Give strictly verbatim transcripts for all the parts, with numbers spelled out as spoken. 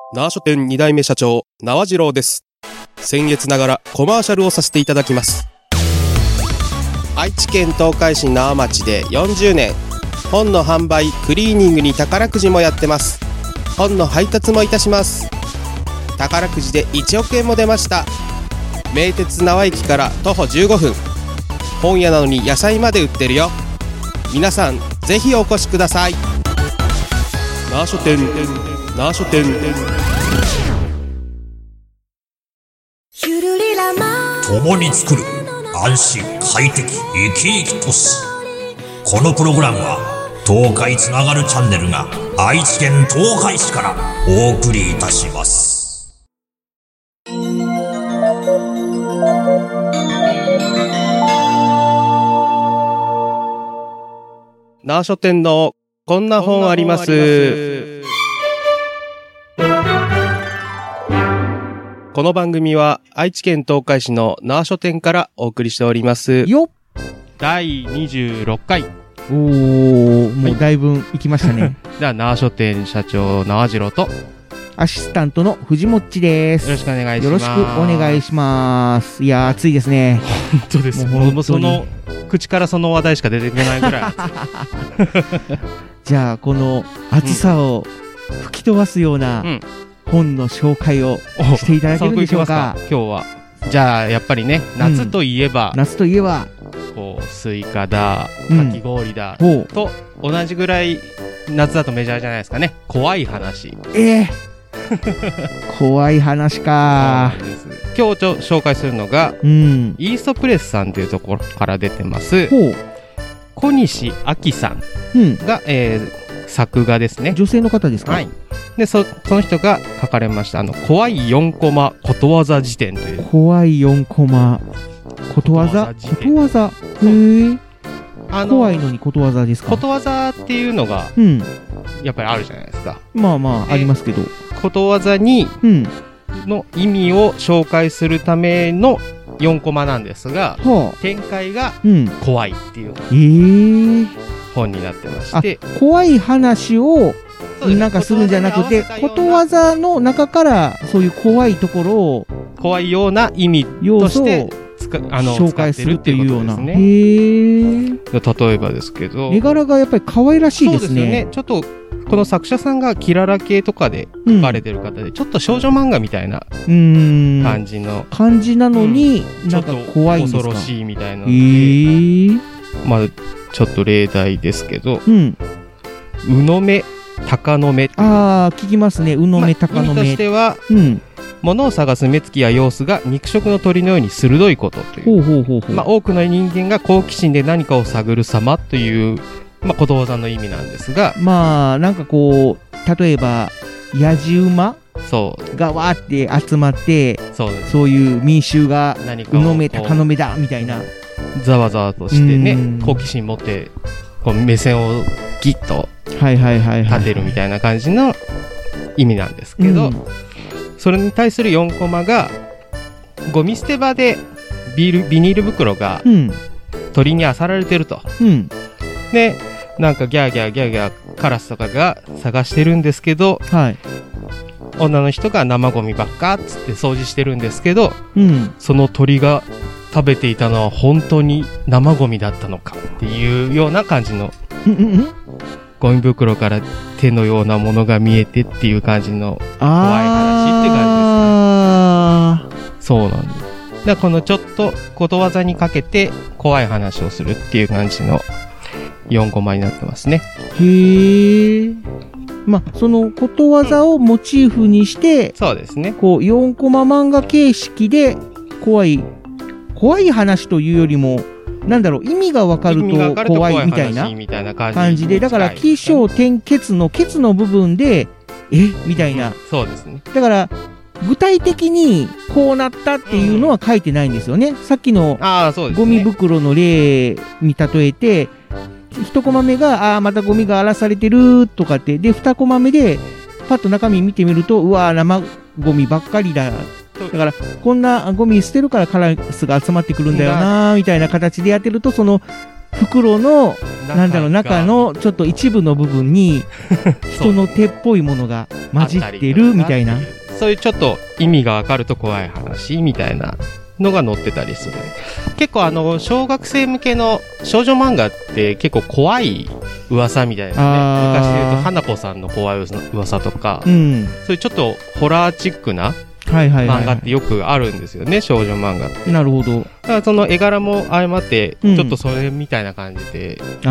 縄書店に代目社長縄次郎です。先月ながらコマーシャルをさせていただきます。愛知県東海市縄町でよんじゅうねん、本の販売クリーニングに宝くじもやってます。本の配達もいたします。宝くじでいちおくえんも出ました。名鉄縄駅から徒歩じゅうごふん、本屋なのに野菜まで売ってるよ。皆さんぜひお越しください。縄書店縄書店。 共に作る安心快適生き生き都市。このプログラムは東海つながるチャンネルが愛知県東海市からお送りいたします。 縄書店のこんな本あります。この番組は愛知県東海市の縄書店からお送りしておりますよっ。 だいにじゅうろっかい。 おー、もうだいぶ行きましたね。 では縄書店社長縄次郎とアシスタントの藤もっちです。 よろしくお願いします。 よろしくお願いします。いやー暑いですね。 本当です。もうその口からその話題しか出てこないぐらいじゃあこの暑さを吹き飛ばすような本の紹介をしていただけるんでしょうか。 今日はじゃあやっぱりね、夏といえば、 うん、夏といえばこうスイカだ、かき氷だ、うん、と同じぐらい夏だとメジャーじゃないですかね。怖い話。 えー怖い話か。 今日ちょ紹介するのが、うん、イーストプレスさんというところから出てます小西亜希さんが、うんえー、作画ですね。 女性の方ですか。はい。 で そ, その人が書かれましたあの怖いよんコマことわざ辞典という。 怖いよんコマことわざことわざ。へえ。怖いのにことわざですか。 ことわざっていうのが、うん、やっぱりあるじゃないですか。 まあまあありますけど、 ことわざに、うん、の意味を紹介するためのよんコマなんですが、はあ、展開が怖いっていう、うん、本になってまして、 怖い話をなんかするんじゃなくて、ことわざの中からそういう怖いところを怖いような意味としてあの紹介するっていうような。 へー。例えばですけど、 絵柄がやっぱり可愛らしいですね。 そうですよね。ちょっとこの作者さんがキララ系とかで書かれてる方で、うん、ちょっと少女漫画みたいな感じの感じなのに、うん、なんか怖いんですか。 恐ろしいみたいなので、えー、まあちょっと例題ですけど、うん、うのめ鷹の目。 ああ聞きますね。うのめ鷹の目。 まあ、意味としては、うん、物を探す目つきや様子が肉食の鳥のように鋭いことという。ほうほうほうほう。まあ、多くの人間が好奇心で何かを探る様という、まあ、ことわざの意味なんですが、 まあなんかこう例えばやじ馬そうがわーって集まって、そうです。そういう民衆がうのめ鷹の目だみたいなざわざわとしてね、好奇心持ってこう目線をギッと立てるみたいな感じの意味なんですけど、うん、それに対するよんコマがゴミ捨て場でビールビニール袋が鳥に漁られてると、うん、でなんかギャーギャーギャーギャーカラスとかが探してるんですけど、はい、女の人が生ゴミばっかっつって掃除してるんですけど、うん、その鳥が食べていたのは本当に生ゴミだったのかっていうような感じの、うんうんうん、ゴミ袋から手のようなものが見えてっていう感じの怖い話って感じですね。そうなんです。だからこのちょっとことわざにかけて怖い話をするっていう感じのよんコマになってますね。 へー。まあそのことわざをモチーフにして、うん、そうですね。こうよんコマ漫画形式で怖い怖い話というよりもなんだろう、意味が分かると怖いみたいな感じで、だから起承転結の結の部分でえみたいな、うん、そうですね。だから具体的にこうなったっていうのは書いてないんですよね、うん、さっきのゴミ袋の例に例えて一コマ目があまたゴミが荒らされてるとかって、で二コマ目でパッと中身見てみるとうわー生ゴミばっかりだ、だからこんなゴミ捨てるからカラスが集まってくるんだよなみたいな形でやってると、その袋の、なんだろう、中のちょっと一部の部分に、人の手っぽいものが混じってるみたいな。 そういうちょっと意味がわかると怖い話みたいなのが載ってたりする。結構あの、小学生向けの少女漫画って結構怖い噂みたいなね。昔で言うと、花子さんの怖い噂とか、うん、そういうちょっとホラーチックな漫画ってよくあるんですよね、少女漫画って。 なるほど。 だからその絵柄も相まって、ちょっとそれみたいな感じで、うん、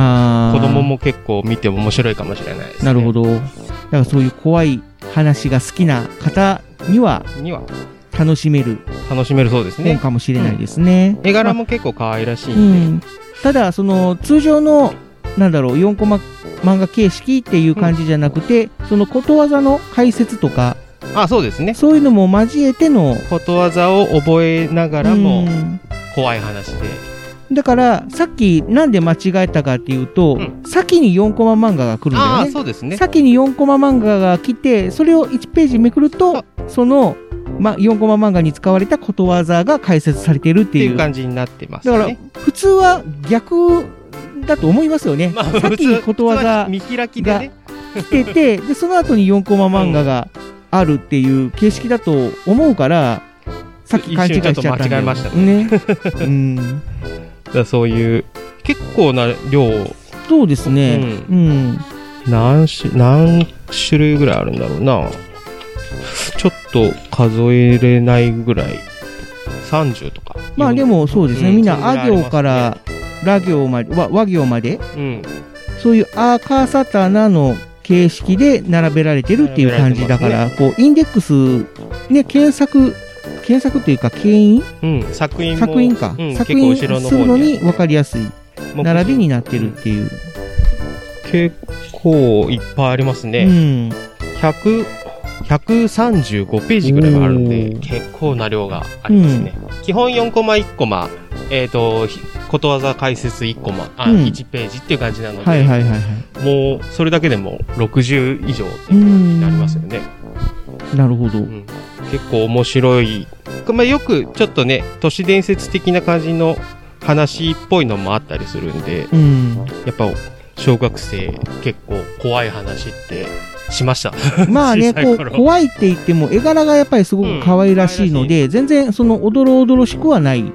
子供も結構見ても面白いかもしれないですね。 なるほど。だからそういう怖い話が好きな方には、には楽しめる。 楽しめるそうですね。 本かもしれないですね。 うん、絵柄も結構可愛らしいんで。うん、 ただ、その、通常の、なんだろう、よんコマ漫画形式っていう感じじゃなくて、うん、そのことわざの解説とか、 あ、そうですね。 そういうのも交えてのことわざを覚えながらも怖い話で。 だからさっきなんで間違えたかっていうと、うん、先によんコマ漫画が来るんだよね。 あ、そうですね。 先によんコマ漫画が来て、それをいちページめくると、その、ま、よんコマ漫画に使われたことわざが解説されているっていう。っていう感じになってますね。 だから普通は逆だと思いますよね。まあ、先にことわざが見開きでね来てて、でその後によんコマ漫画が、うんあるっていう形式だと思うから、さっき勘違いしちゃったんだよ。 間違えましたね。 ねうん、 だそういう結構な量。 そうですね。うん。うん、 何種何種類ぐらいあるんだろうな。ちょっと数えれないぐらい。さんじゅうとか。 まあでもそうですね。うん、みんなあ行からら行まで、和和行まで、うん、そういうあかさたなの形式で並べられてるっていう感じだから、ね、こうインデックスね検索検索というか牽引、 うん、作品も作品か、うん、作品するのに分かりやすい並びになってるっていう。 結構いっぱいありますね。うん、ひゃく、ひゃくさんじゅうごページぐらいはあるんで結構な量がありますね。うん、基本よんコマいっコマ、えっとことわざ解説いっコマ、あ、うん、いちページっていう感じなので、はいはいはいはい、もうそれだけでもろくじゅう以上っていう感じになりますよね。 なるほど、うん、 結構面白い、まあ、よくちょっとね都市伝説的な感じの話っぽいのもあったりするんで、うん、やっぱ小学生結構怖い話ってしましたまあねこう怖いって言っても絵柄がやっぱりすごく可愛らしいので、うん、全然そのおどろおどろしくはない、うん、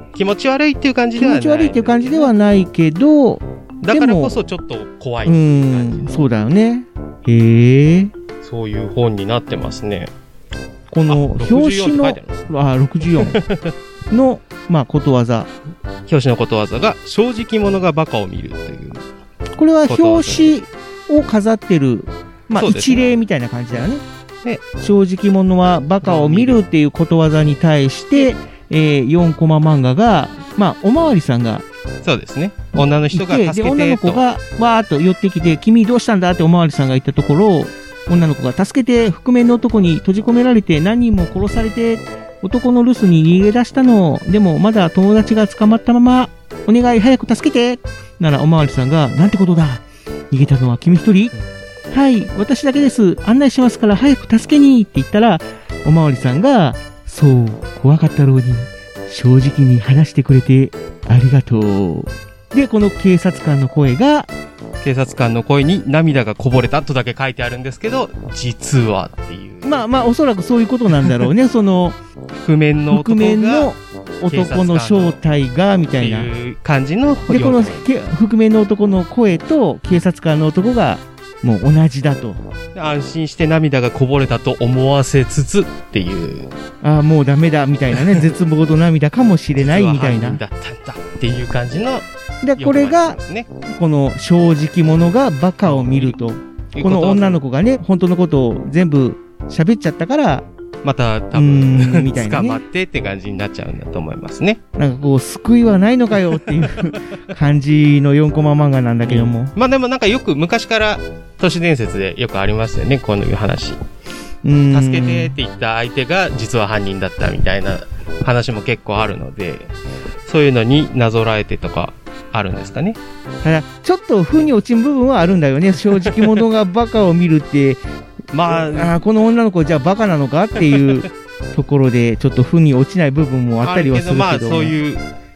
気持ち悪いっていう感じではない、 気持ち悪いっていう感じではないけど、 だからこそちょっと怖いっていう感じ、うん、そうだよね。へえ、 そういう本になってますね。 この表紙のあろくじゅうよんのまあことわざ、 表紙のことわざが正直者がバカを見るという、 これは表紙を飾ってるまあ一例みたいな感じだよね。で正直者はバカを見るっていうことわざに対して、えー、よんコマ漫画がまあおまわりさんがそうですね、女の人が助けてと、で女の子がわーっと寄ってきて、君どうしたんだっておまわりさんが言ったところ、女の子が助けて、覆面の男に閉じ込められて何人も殺されて、男の留守に逃げ出したの。でもまだ友達が捕まったまま、お願い早く助けてならおまわりさんが、なんてことだ、逃げたのは君一人、うん、はい、私だけです、案内しますから早く助けにって言ったら、おまわりさんが、そう、怖かったろうに正直に話してくれてありがとう。で、この警察官の声が、 警察官の声に涙がこぼれたとだけ書いてあるんですけど、実はっていう。 まあまあ、おそらくそういうことなんだろうね。その、 覆面の男が、 覆面の男の正体が、みたいな。 っていう感じの。 で、この覆面の男の声と警察官の男が、もう同じだと。 安心して涙がこぼれたと思わせつつっていう。 ああ、もうダメだ、みたいなね。絶望の涙かもしれない、みたいな。 だったんだっていう感じの。 で、これが、この正直者がバカを見ると。この女の子がね、本当のことを全部喋っちゃったから、 また多分、みたいな、ね、捕まってって感じになっちゃうんだと思いますね。 なんかこう、救いはないのかよっていう感じのよんコマ漫画なんだけども。うん、 まあでもなんかよく昔から都市伝説でよくありますよね、こういう話。助けてって言った相手が実は犯人だったみたいな話も結構あるので、そういうのになぞらえてとかあるんですかね。 ただちょっと風に落ちる部分はあるんだよね。正直者がバカを見るってまああこの女の子じゃあバカなのかっていうところでちょっと風に落ちない部分もあったりはするけど、 まあそういう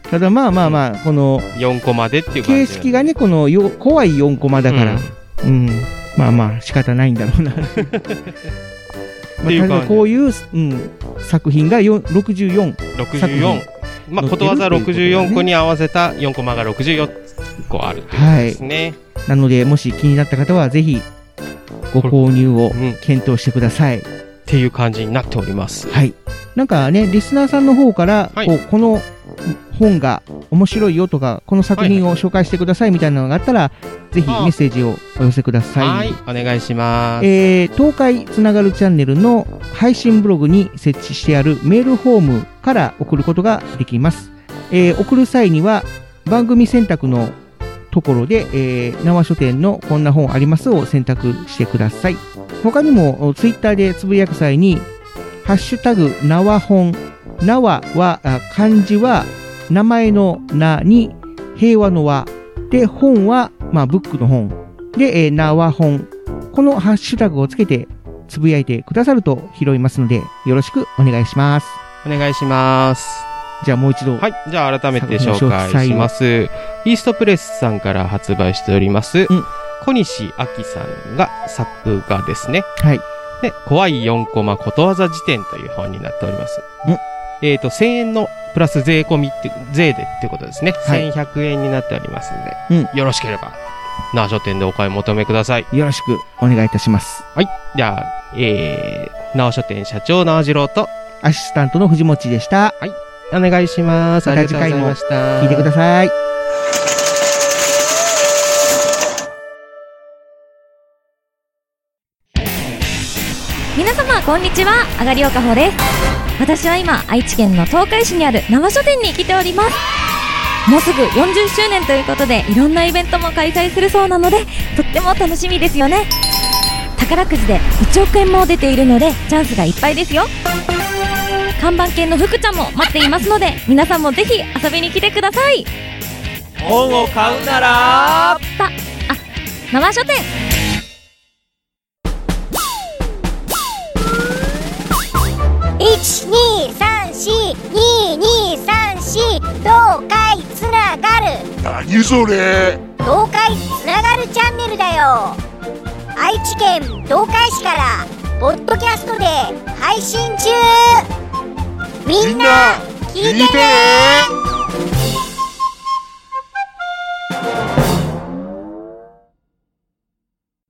ただまあまあまあ、このよんコマでっていう感じ、 形式がね、このよ怖いよんコマだから、うん、うん、まあまあ仕方ないんだろうな。まあ、例えばこういう、うん、作品がろくじゅうよん。 ろくじゅうよん。まあ、ことわざろくじゅうよんこに合わせたよんコマがろくじゅうよんこあるということですね。 はい。なので、もし気になった方は、ぜひ、ご購入を検討してください。うん、 っていう感じになっております。 はい。なんかね、リスナーさんの方から、はい、こうこの本が面白いよとか、この作品を紹介してくださいみたいなのがあったら、はいはい、ぜひメッセージをお寄せください。 はい、お願いします。 えー、東海つながるチャンネルの配信ブログに設置してあるメールフォームから送ることができます。えー、送る際には番組選択のところで、えー、縄書店のこんな本ありますを選択してください。他にもツイッターでつぶやく際に、ハッシュタグ縄本、縄は漢字は名前の名に平和の和で、本はまあブックの本で、えー、縄本、このハッシュタグをつけてつぶやいてくださると拾いますので、よろしくお願いします。 お願いします。 じゃあもう一度。 はい。じゃあ改めて紹介します。イーストプレスさんから発売しております。うん、小西亜紀さんが作画ですね。 はい。 で、怖いよんコマことわざ辞典という本になっております。うん、えっと、せんえんのプラス税込みって、税でってことですね。はい、せんひゃくえんになっておりますので、うん、よろしければ、縄書店でお買い求めください。 よろしくお願いいたします。 はい。じゃあ、えー、縄書店社長縄次郎と、 アシスタントの藤持でした。 はい。お願いします。 また次回も聞いてください。 皆様こんにちは、あがりおかほです。私は今愛知県の東海市にある縄書店に来ております。もうすぐよんじゅっしゅうねんということでいろんなイベントも開催するそうなので、とっても楽しみですよね。宝くじでいちおくえんも出ているのでチャンスがいっぱいですよ。看板犬の福ちゃんも待っていますので、皆さんもぜひ遊びに来てください。 本を買うならさあ、縄書店。 いちにさんしににさんし東海つながる。 何それ？ 東海つながるチャンネルだよ。愛知県東海市からポッドキャストで配信中。みんな聞いてね。